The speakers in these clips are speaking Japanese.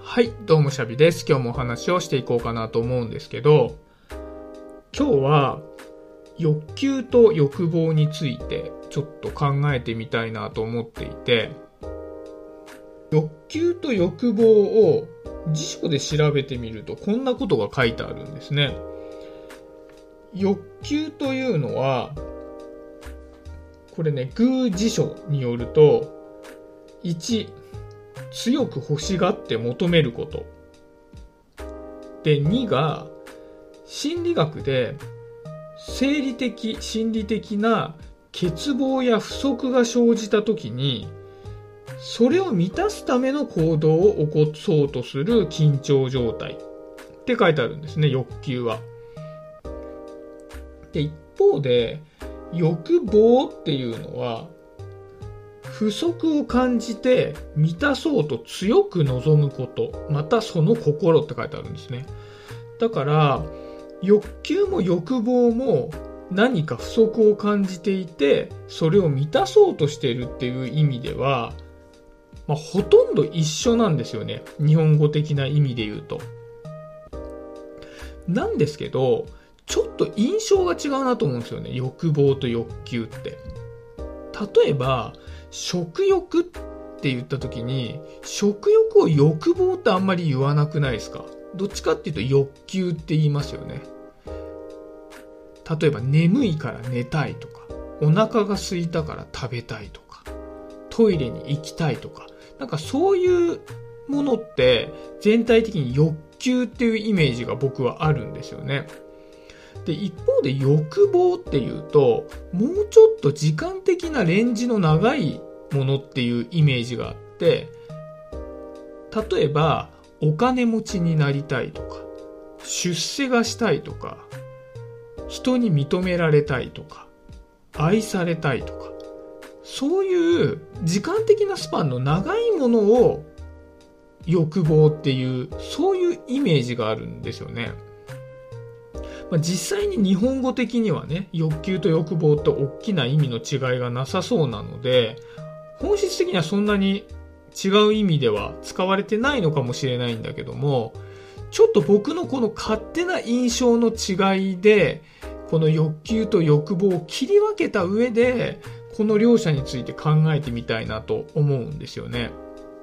はい、どうもシャビです。今日もお話をしていこうかなと思うんですけど、今日は欲求と欲望についてちょっと考えてみたいなと思っていて、欲求と欲望を辞書で調べてみるとこんなことが書いてあるんですね。欲求というのは、これね、グー辞書によると、1、強く欲しがって求めること。で、2が、心理学で、生理的、心理的な欠乏や不足が生じたときに、それを満たすための行動を起こそうとする緊張状態って書いてあるんですね、欲求は。で、一方で、欲望っていうのは、不足を感じて満たそうと強く望むこと、またその心って書いてあるんですね。だから、欲求も欲望も何か不足を感じていて、それを満たそうとしているっていう意味では、ほとんど一緒なんですよね。日本語的な意味で言うと。なんですけど、ちょっと印象が違うなと思うんですよね。欲望と欲求って。例えば、食欲って言った時に、食欲を欲望ってあんまり言わなくないですか？どっちかっていうと欲求って言いますよね。例えば、眠いから寝たいとか、お腹が空いたから食べたいとか、トイレに行きたいとか、なんかそういうものって全体的に欲求っていうイメージが僕はあるんですよね。で、一方で欲望っていうと、もうちょっと時間的なレンジの長いものっていうイメージがあって、例えば、お金持ちになりたいとか、出世がしたいとか、人に認められたいとか、愛されたいとか、そういう時間的なスパンの長いものを欲望っていう、そういうイメージがあるんですよね。実際に日本語的にはね、欲求と欲望と大きな意味の違いがなさそうなので、本質的にはそんなに違う意味では使われてないのかもしれないんだけども、ちょっと僕のこの勝手な印象の違いで、この欲求と欲望を切り分けた上で、この両者について考えてみたいなと思うんですよね。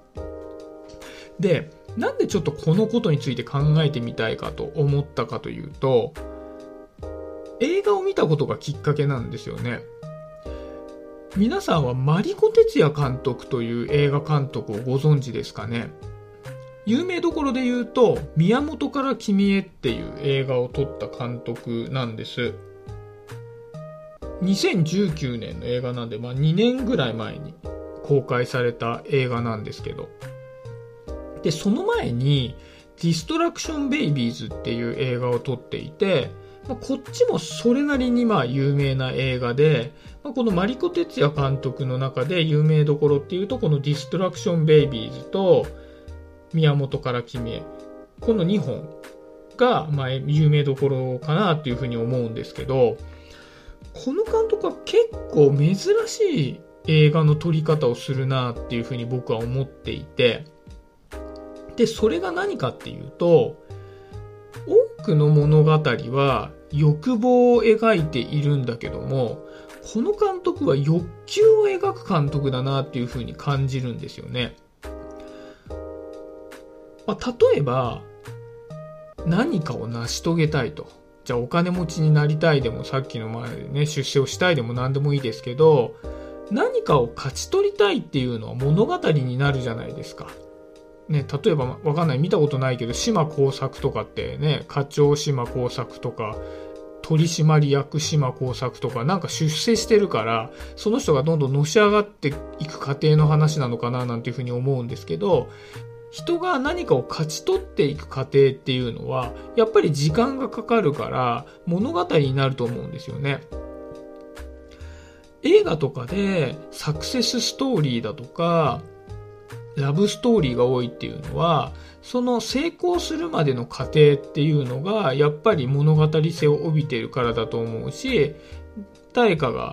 で、なんでちょっとこのことについて考えてみたいかと思ったかというと、映画を見たことがきっかけなんですよね。皆さんはマリコ哲也監督という映画監督をご存知ですかね。有名どころで言うと、宮本から君へっていう映画を撮った監督なんです。2019年の映画なんで、2年ぐらい前に公開された映画なんですけど。で、その前に、ディストラクションベイビーズっていう映画を撮っていて、こっちもそれなりに有名な映画で、このマリコ哲也監督の中で有名どころっていうと、このディストラクションベイビーズと宮本から君へ、この2本が有名どころかなっていうふうに思うんですけど、この監督は結構珍しい映画の撮り方をするなっていうふうに僕は思っていて、で、それが何かっていうと、多くの物語は欲望を描いているんだけども、この監督は欲求を描く監督だなっていう風に感じるんですよね。例えば、何かを成し遂げたいと。じゃあお金持ちになりたいでも、さっきの前でね、出世をしたいでも何でもいいですけど、何かを勝ち取りたいっていうのは物語になるじゃないですか。ね、例えばわかんない、見たことないけど、島耕作とかってね、課長島耕作とか、取締役島耕作とか、なんか出世してるから、その人がどんどんのし上がっていく過程の話なのかななんていうふうに思うんですけど、人が何かを勝ち取っていく過程っていうのは、やっぱり時間がかかるから物語になると思うんですよね。映画とかでサクセスストーリーだとか、ラブストーリーが多いっていうのは、その成功するまでの過程っていうのがやっぱり物語性を帯びているからだと思うし、誰かが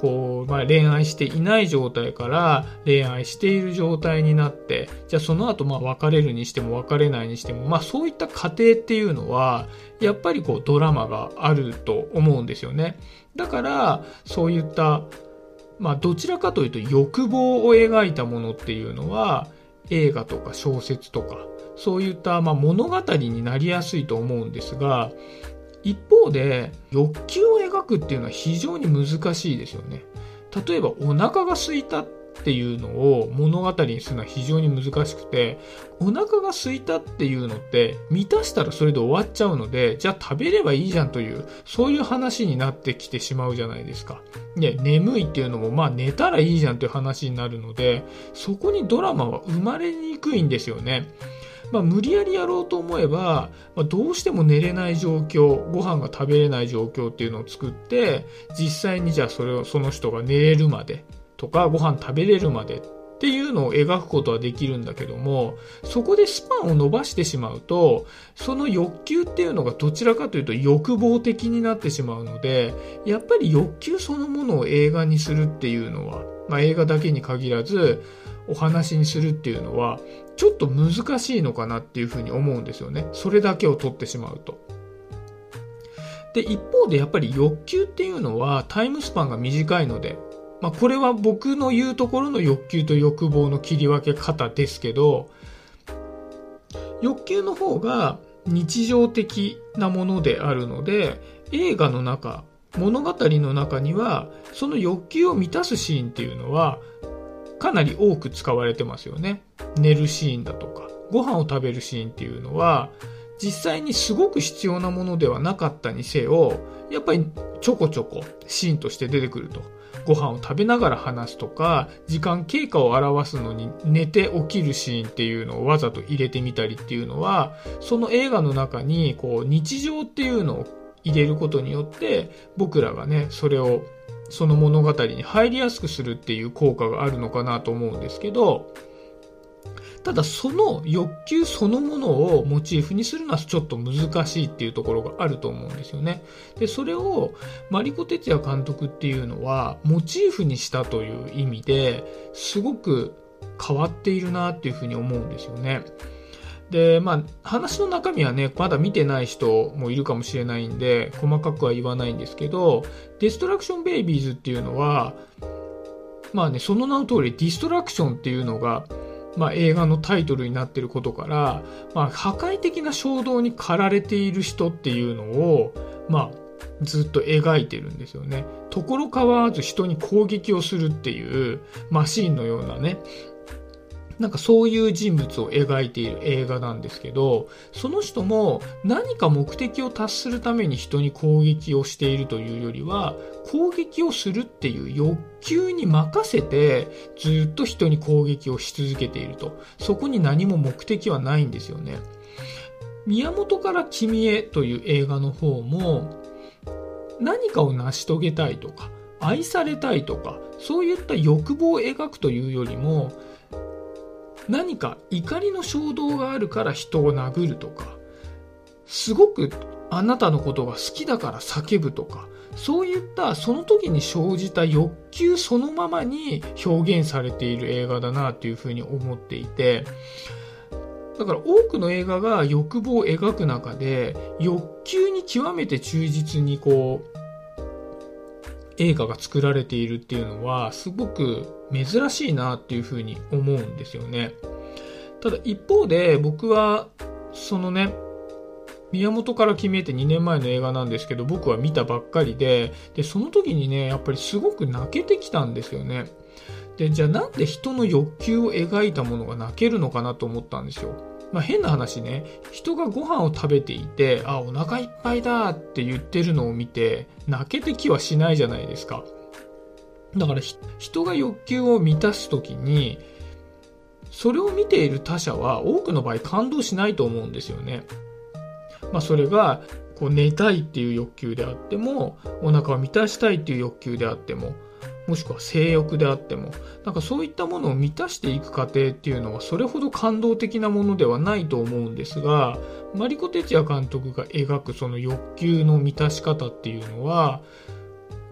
恋愛していない状態から恋愛している状態になって、じゃあその後別れるにしても別れないにしても、そういった過程っていうのはやっぱりドラマがあると思うんですよね。だからそういったどちらかというと欲望を描いたものっていうのは映画とか小説とかそういった物語になりやすいと思うんですが、一方で欲求を描くっていうのは非常に難しいですよね。例えばお腹が空いたっていうのを物語にするのは非常に難しくて、お腹が空いたっていうのって満たしたらそれで終わっちゃうので、じゃあ食べればいいじゃんというそういう話になってきてしまうじゃないですか。で、眠いっていうのも寝たらいいじゃんという話になるので、そこにドラマは生まれにくいんですよね。無理やりやろうと思えば、どうしても寝れない状況、ご飯が食べれない状況っていうのを作って、実際にじゃあその人が寝れるまでとかご飯食べれるまでっていうのを描くことはできるんだけども、そこでスパンを伸ばしてしまうと、その欲求っていうのがどちらかというと欲望的になってしまうので、やっぱり欲求そのものを映画にするっていうのは、映画だけに限らずお話にするっていうのはちょっと難しいのかなっていうふうに思うんですよね。それだけを取ってしまうと。で、一方でやっぱり欲求っていうのはタイムスパンが短いので、これは僕の言うところの欲求と欲望の切り分け方ですけど、欲求の方が日常的なものであるので、映画の中、物語の中にはその欲求を満たすシーンっていうのはかなり多く使われてますよね。寝るシーンだとかご飯を食べるシーンっていうのは実際にすごく必要なものではなかったにせよ、やっぱりちょこちょこシーンとして出てくると。ご飯を食べながら話すとか、時間経過を表すのに寝て起きるシーンっていうのをわざと入れてみたりっていうのは、その映画の中に日常っていうのを入れることによって僕らがね、その物語に入りやすくするっていう効果があるのかなと思うんですけど、ただその欲求そのものをモチーフにするのはちょっと難しいっていうところがあると思うんですよね。で、それをマリコ哲也監督っていうのはモチーフにしたという意味ですごく変わっているなっていうふうに思うんですよね。で、話の中身はね、まだ見てない人もいるかもしれないんで細かくは言わないんですけど、デストラクションベイビーズっていうのはその名の通りディストラクションっていうのが映画のタイトルになっていることから、破壊的な衝動に駆られている人っていうのを、ずっと描いてるんですよね。ところ変わらず人に攻撃をするっていうマシーンのようなね、そういう人物を描いている映画なんですけど、その人も何か目的を達するために人に攻撃をしているというよりは、攻撃をするっていう欲求に任せてずっと人に攻撃をし続けていると。そこに何も目的はないんですよね。宮本から君へという映画の方も何かを成し遂げたいとか愛されたいとかそういった欲望を描くというよりも、何か怒りの衝動があるから人を殴るとか、すごくあなたのことが好きだから叫ぶとか、そういったその時に生じた欲求そのままに表現されている映画だなというふうに思っていて、だから多くの映画が欲望を描く中で欲求に極めて忠実に映画が作られているっていうのはすごく珍しいなっていうふうに思うんですよね。ただ一方で僕はそのね、宮本から君へって2年前の映画なんですけど、僕は見たばっかりで、その時にね、やっぱりすごく泣けてきたんですよね。で、じゃあなんで人の欲求を描いたものが泣けるのかなと思ったんですよ。変な話ね、人がご飯を食べていて、お腹いっぱいだって言ってるのを見て泣けてきはしないじゃないですか。だから人が欲求を満たすときにそれを見ている他者は多くの場合感動しないと思うんですよね。それが寝たいっていう欲求であっても、お腹を満たしたいっていう欲求であっても、もしくは性欲であっても、そういったものを満たしていく過程っていうのはそれほど感動的なものではないと思うんですが、マリコ哲也監督が描くその欲求の満たし方っていうのは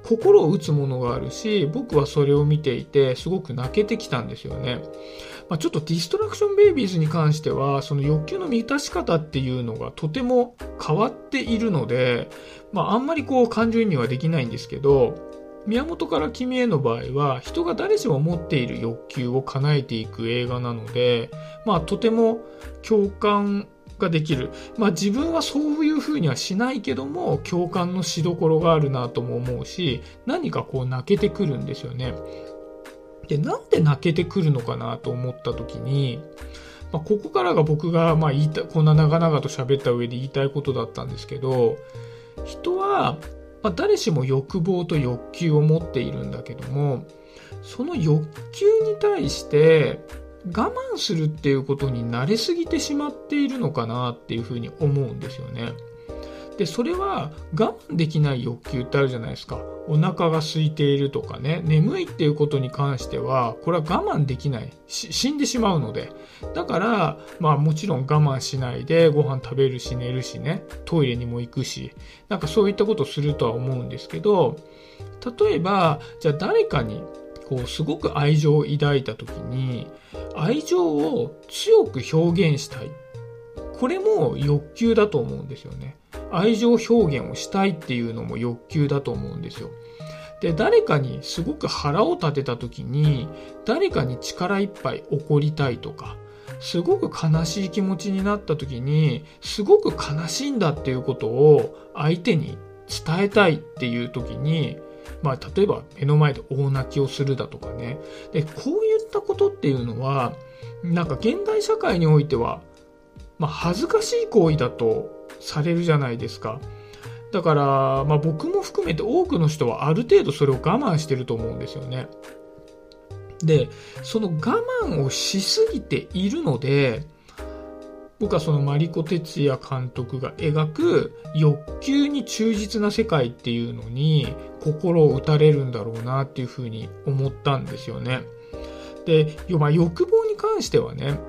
心を打つものがあるし、僕はそれを見ていてすごく泣けてきたんですよね。ちょっとディストラクションベイビーズに関してはその欲求の満たし方っていうのがとても変わっているので、あんまり感情移入はできないんですけど、宮本から君への場合は人が誰しも持っている欲求を叶えていく映画なので、とても共感ができる。自分はそういう風にはしないけども共感のしどころがあるなとも思うし、何か泣けてくるんですよね。で、なんで泣けてくるのかなと思った時に、ここからが僕がこんな長々と喋った上で言いたいことだったんですけど、人は誰しも欲望と欲求を持っているんだけども、その欲求に対して我慢するっていうことに慣れすぎてしまっているのかなっていうふうに思うんですよね。で、それは我慢できない欲求ってあるじゃないですか。お腹が空いているとかね、眠いっていうことに関してはこれは我慢できない、死んでしまうので、だからもちろん我慢しないでご飯食べるし寝るしね、トイレにも行くし、そういったことをするとは思うんですけど、例えばじゃあ誰かにすごく愛情を抱いた時に愛情を強く表現したい、これも欲求だと思うんですよね。愛情表現をしたいっていうのも欲求だと思うんですよ。で、誰かにすごく腹を立てた時に誰かに力いっぱい怒りたいとか、すごく悲しい気持ちになった時にすごく悲しいんだっていうことを相手に伝えたいっていう時に、例えば目の前で大泣きをするだとかね。で、こういったことっていうのは現代社会においては恥ずかしい行為だとされるじゃないですか。だから僕も含めて多くの人はある程度それを我慢してると思うんですよね。で、その我慢をしすぎているので、僕はそのマリコ哲也監督が描く欲求に忠実な世界っていうのに心を打たれるんだろうなっていうふうに思ったんですよね。で、欲望に関してはね、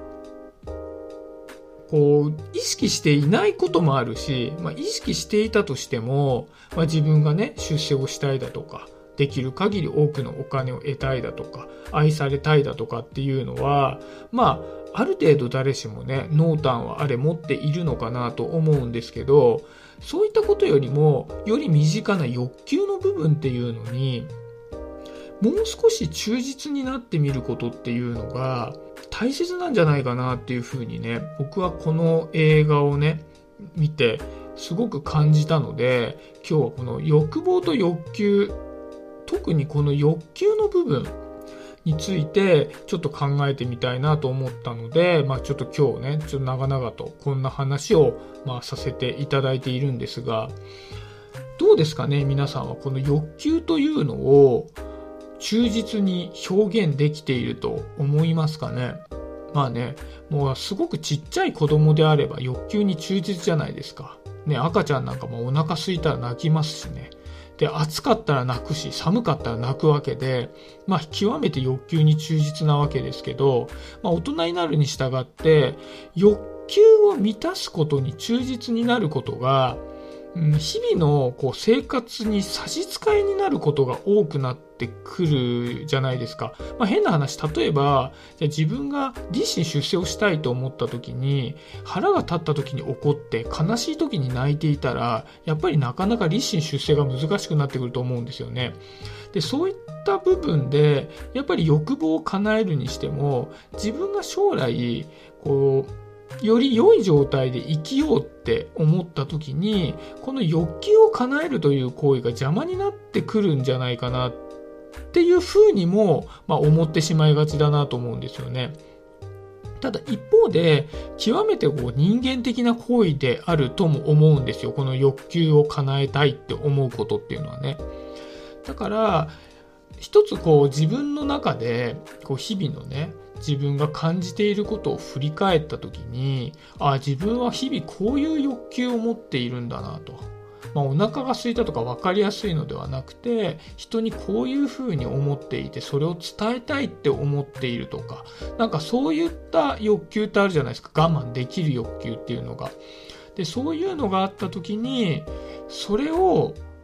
意識していないこともあるし、意識していたとしても、自分がね、出世をしたいだとか、できる限り多くのお金を得たいだとか、愛されたいだとかっていうのは、ある程度誰しもね、濃淡はあれ持っているのかなと思うんですけど、そういったことよりも、より身近な欲求の部分っていうのに、もう少し忠実になってみることっていうのが大切なんじゃないかなっていうふうにね、僕はこの映画をね見てすごく感じたので、今日はこの欲望と欲求、特にこの欲求の部分についてちょっと考えてみたいなと思ったので、ちょっと今日ねちょっと長々とこんな話をさせていただいているんですが、どうですかね、皆さんはこの欲求というのを忠実に表現できていると思いますかね。もうすごくちっちゃい子供であれば欲求に忠実じゃないですか。ね、赤ちゃんなんかもお腹空いたら泣きますしね。で、暑かったら泣くし、寒かったら泣くわけで、極めて欲求に忠実なわけですけど、大人になるに従って欲求を満たすことに忠実になることが、日々の生活に差し支えになることが多くなってくるじゃないですか。変な話、例えば自分が立身出世をしたいと思った時に腹が立った時に怒って悲しい時に泣いていたら、やっぱりなかなか立身出世が難しくなってくると思うんですよね。で、そういった部分でやっぱり欲望を叶えるにしても、自分が将来より良い状態で生きようって思った時に、この欲求を叶えるという行為が邪魔になってくるんじゃないかなっていうふうにも、思ってしまいがちだなと思うんですよね。ただ一方で、極めて人間的な行為であるとも思うんですよ。この欲求を叶えたいって思うことっていうのはね。だから、一つ自分の中で日々のね、自分が感じていることを振り返った時に、自分は日々こういう欲求を持っているんだなと。お腹が空いたとか分かりやすいのではなくて、人にこういうふうに思っていて、それを伝えたいって思っているとか、そういった欲求ってあるじゃないですか。我慢できる欲求っていうのが。で、そういうのがあった時に、それを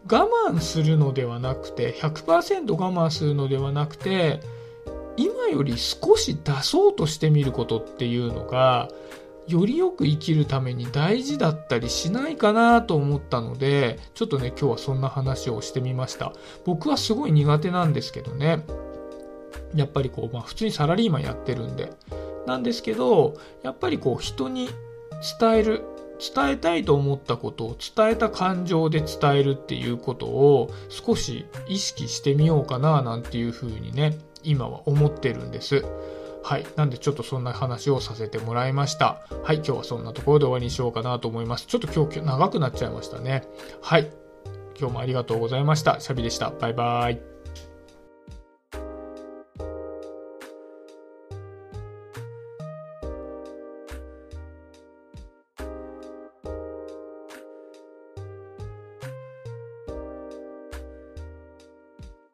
我慢するのではなくて、100% 我慢するのではなくて、今より少し出そうとしてみることっていうのが、よりよく生きるために大事だったりしないかなと思ったので、ちょっとね、今日はそんな話をしてみました。僕はすごい苦手なんですけどね。やっぱり普通にサラリーマンやってるんで。なんですけど、やっぱり人に伝えたいと思ったことを伝えた感情で伝えるっていうことを少し意識してみようかななんていうふうにね、今は思ってるんです。はい。なんでちょっとそんな話をさせてもらいました。はい。今日はそんなところで終わりにしようかなと思います。ちょっと今日長くなっちゃいましたね。はい。今日もありがとうございました。シャビでした。バイバイ。